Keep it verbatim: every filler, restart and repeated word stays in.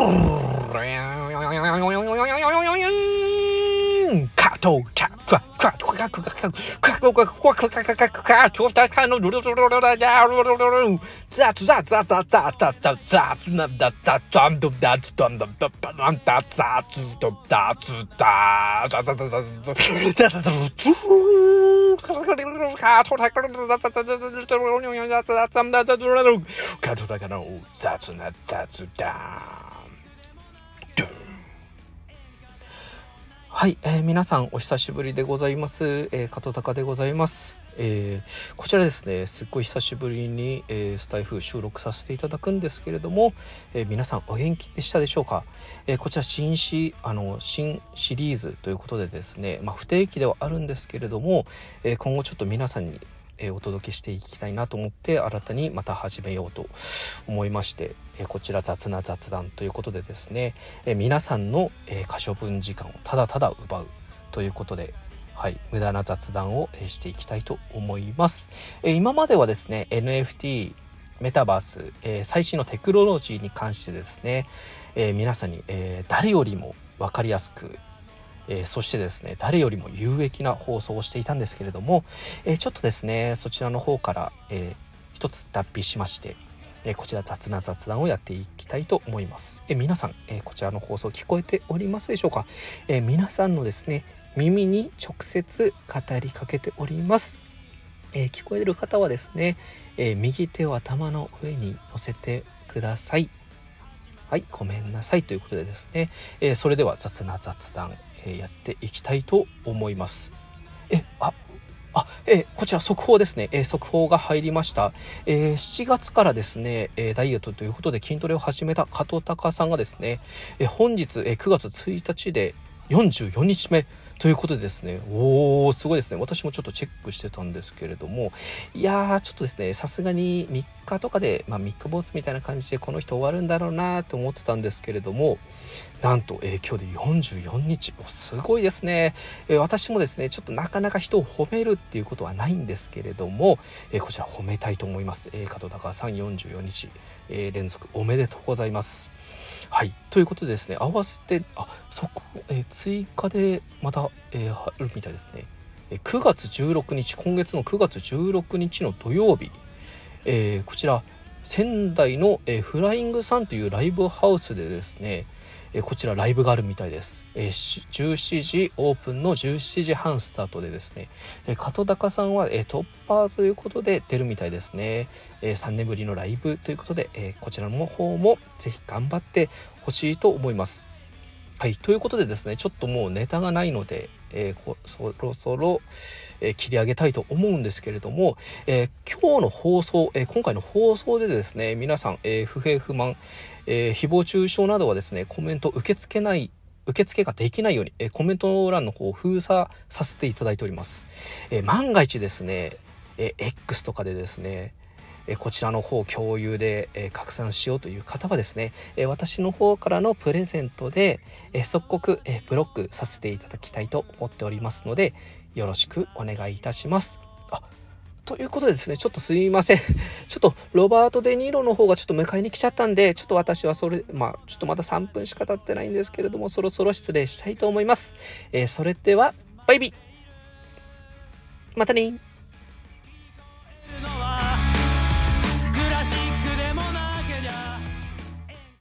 カトタカカカカカカカカカカカカカカトタカのルルルルルルルザツザザザザザザザツナダザザンドダツダンダダダダンダザツドダツダザザザザザザザザカトタカのザザザザザザザザザザザカトタカのザツナザツダはい、えー、皆さんお久しぶりでございます、えー、加藤隆でございます、えー、こちらですねすっごい久しぶりに、えー、スタイフ収録させていただくんですけれども、えー、皆さんお元気でしたでしょうか、えー、こちら新シあの新シリーズということでですね、まあ、不定期ではあるんですけれども、えー、今後ちょっと皆さんにえー、お届けしていきたいなと思って新たにまた始めようと思いまして、えー、こちら雑な雑談ということでですね、えー、皆さんの、えー、可処分時間をただただ奪うということで、はい、無駄な雑談を、えー、していきたいと思います、えー、今まではですね エヌエフティー メタバース、えー、最新のテクノロジーに関してですね、えー、皆さんに、えー、誰よりも分かりやすくえー、そしてですね誰よりも有益な放送をしていたんですけれども、えー、ちょっとですねそちらの方から、えー、一つ脱皮しまして、えー、こちら雑な雑談をやっていきたいと思います、えー、皆さん、えー、こちらの放送聞こえておりますでしょうか、えー、皆さんのですね耳に直接語りかけております、えー、聞こえる方はですね、えー、右手を頭の上に乗せてください。はい、ごめんなさいということでですね、えー、それでは雑な雑談やっていきたいと思います。え、あ、あ、えー、こちら速報ですね、えー、速報が入りました、えー、しちがつからですね、えー、ダイエットということで筋トレを始めた加藤隆さんがですね、えー、本日、えー、くがつついたちでよんじゅうよっかめということでですね、おーすごいですね。私もちょっとチェックしてたんですけれども、いやーちょっとですねさすがにみっかとかで、まあ、三日坊主みたいな感じでこの人終わるんだろうなと思ってたんですけれども、なんと、えー、今日でよんじゅうよっか、すごいですね、えー、私もですねちょっとなかなか人を褒めるっていうことはないんですけれども、えー、こちら褒めたいと思います、えー、加藤隆さんよんじゅうよっか、えー、連続おめでとうございます。はい、ということでですね合わせてあそこ、えー、追加でまた、えー、あるみたいですね、えー、くがつじゅうろくにち今月のくがつじゅうろくにちの土曜日、えー、こちら仙台の、えー、フライングサンというライブハウスでですね、えー、こちらライブがあるみたいです、えー、じゅうしちじオープンのじゅうしちじはんスタートでですね、えー、加藤隆さんは、えー、突破ということで出るみたいですね、えー、さんねんぶりのライブということで、えー、こちらの方もぜひ頑張ってほしいと思います。はい、ということでですねちょっともうネタがないので、えー、そろそろ、えー、切り上げたいと思うんですけれども、えー、今日の放送、えー、今回の放送でですね皆さん、えー、不平不満、えー、誹謗中傷などはですねコメント受け付けない受付ができないように、えー、コメント欄の方を封鎖させていただいております、えー、万が一ですね、えー、X とかでですねえこちらの方共有で、え拡散しようという方はですね、え私の方からのプレゼントで、え即刻、えブロックさせていただきたいと思っておりますのでよろしくお願いいたします。あということでですねちょっとすいませんちょっとロバート・デ・ニーロの方がちょっと迎えに来ちゃったんでちょっと私はそれまあちょっとまださんぷんしか経ってないんですけれどもそろそろ失礼したいと思います。えー、それではバイビーまたね。